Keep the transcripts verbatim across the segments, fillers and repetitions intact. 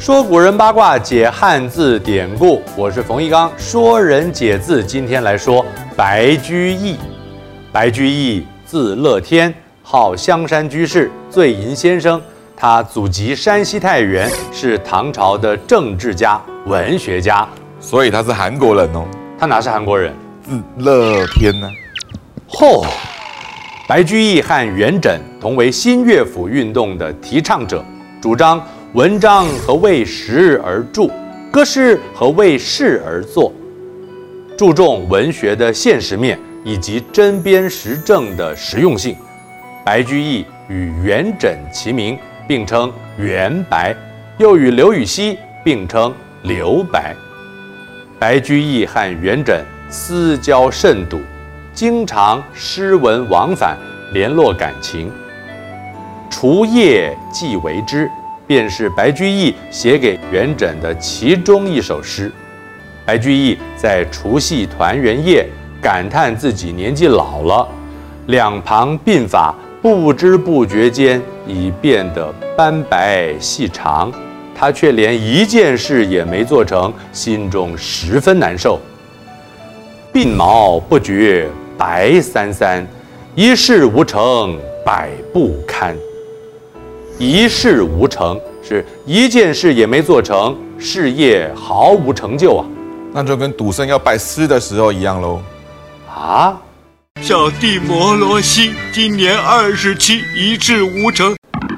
说古人八卦，解汉字典故。我是冯一刚，说人解字。今天来说白居易。白居易字乐天，号香山居士、醉吟先生。他祖籍山西太原，是唐朝的政治家、文学家。 所以他是韩国人哦。 他哪是韩国人？ 字乐天呢？ 嚯、哦！白居易和元稹同为新乐府运动的提倡者，主张文章和为时而著，歌诗和为事而作，注重文学的现实面以及针砭时政的实用性。白居易与元稹齐名，并称元白，又与刘禹锡并称刘白。白居易和元稹私交甚笃，经常诗文往返，联络感情。除夜既为之，便是白居易写给元稹的其中一首诗。白居易在除夕团圆夜感叹自己年纪老了，两旁鬓发不知不觉间已变得斑白细长，他却连一件事也没做成，心中十分难受。鬓毛不觉白三三，一事无成百不堪。一事无成是一件事也没做成，事业毫无成就啊。 那就跟赌圣要拜师的时候一样喽。 啊！ 小弟摩罗西今年二十七，一事无成。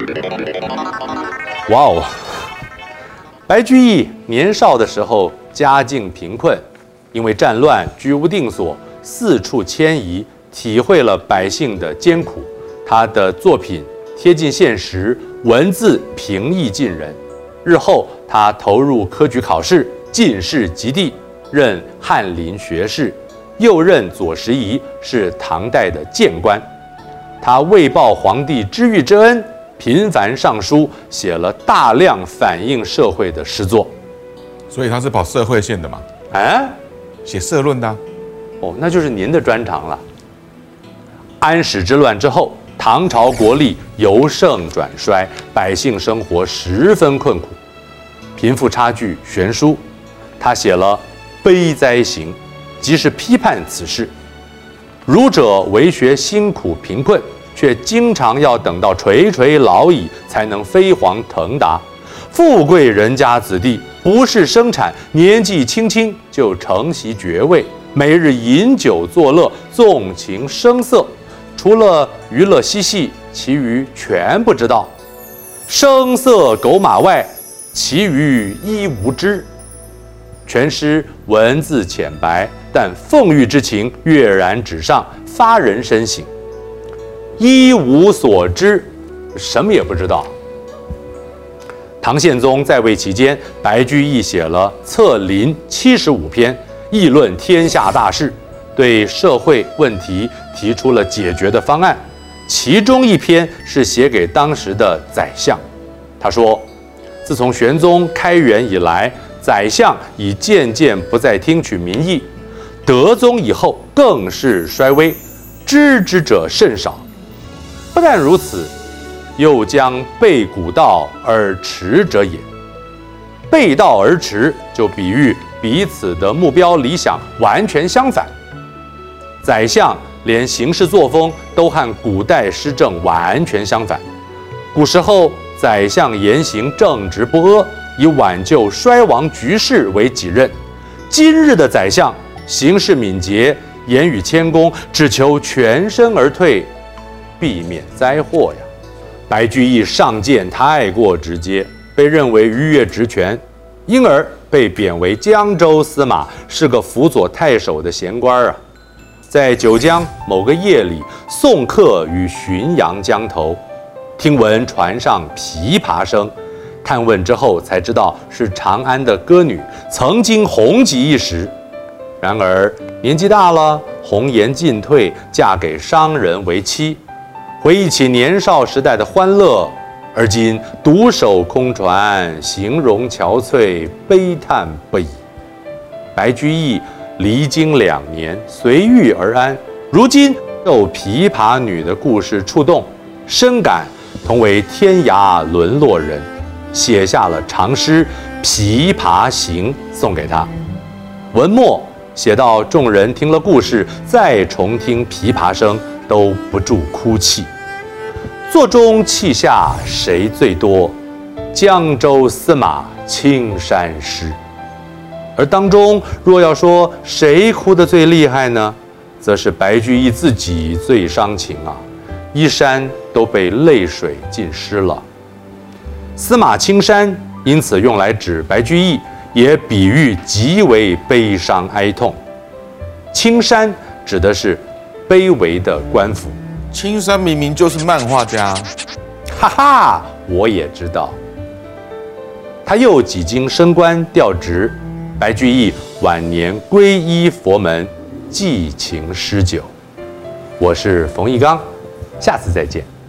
哇哦！白居易年少的时候家境贫困，因为战乱居无定所，四处迁移，体会了百姓的艰苦。他的作品贴近现实，文字平易近人。日后他投入科举考试，进士及第，任翰林学士，又任左拾遗，是唐代的谏官。他为报皇帝知遇之恩，频繁上书，写了大量反映社会的诗作。 所以他是跑社会线的嘛？ 啊， 写社论的、啊。 哦，那就是您的专长了。安史之乱之后，唐朝国力由盛转衰，百姓生活十分困苦，贫富差距悬殊。他写了《悲哉行》，即是批判此事。儒者为学辛苦贫困，却经常要等到垂垂老矣才能飞黄腾达。富贵人家子弟不是生产，年纪轻轻就承袭爵位，每日饮酒作乐，纵情声色，除了娱乐嬉戏，其余全不知道。声色狗马外，其余一无知。全诗文字浅白，但凤玉之情跃然纸上，发人深省。一无所知，什么也不知道。唐宪宗在位期间，白居易写了《策林》七十五篇，议论天下大事，对社会问题提出了解决的方案。其中一篇是写给当时的宰相。他说，自从玄宗开元以来，宰相已渐渐不再听取民意，德宗以后更是衰微，知之者甚少。不但如此，又将背古道而驰者也。背道而驰，就比喻彼此的目标理想完全相反。宰相连行事作风都和古代施政完全相反。古时候，宰相言行正直不阿，以挽救衰亡局势为己任。今日的宰相行事敏捷，言语谦恭，只求全身而退，避免灾祸呀。白居易上谏太过直接，被认为逾越职权，因而被贬为江州司马，是个辅佐太守的闲官啊。在九江某个夜里，送客于浔阳江头，听闻船上琵琶声，探问之后才知道是长安的歌女，曾经红极一时。然而年纪大了，红颜尽退，嫁给商人为妻。回忆起年少时代的欢乐，而今独守空船，形容憔悴，悲叹不已。白居易离京两年，随遇而安，如今受琵琶女的故事触动，深感同为天涯沦落人。 写下了长诗《琵琶行》送给他。文末写到，众人听了故事，再重听琵琶声，都不住哭泣。座中泣下谁最多？江州司马青衫湿。而当中若要说谁哭得最厉害呢，则是白居易自己最伤情啊，衣衫都被泪水浸湿了。司马青衫因此用来指白居易，也比喻极为悲伤哀痛。青衫指的是卑微的官府。 青山明明就是漫画家， 哈哈，我也知道。他又几经升官调职，白居易晚年皈依佛门，寄情诗酒。我是冯翊纲，下次再见。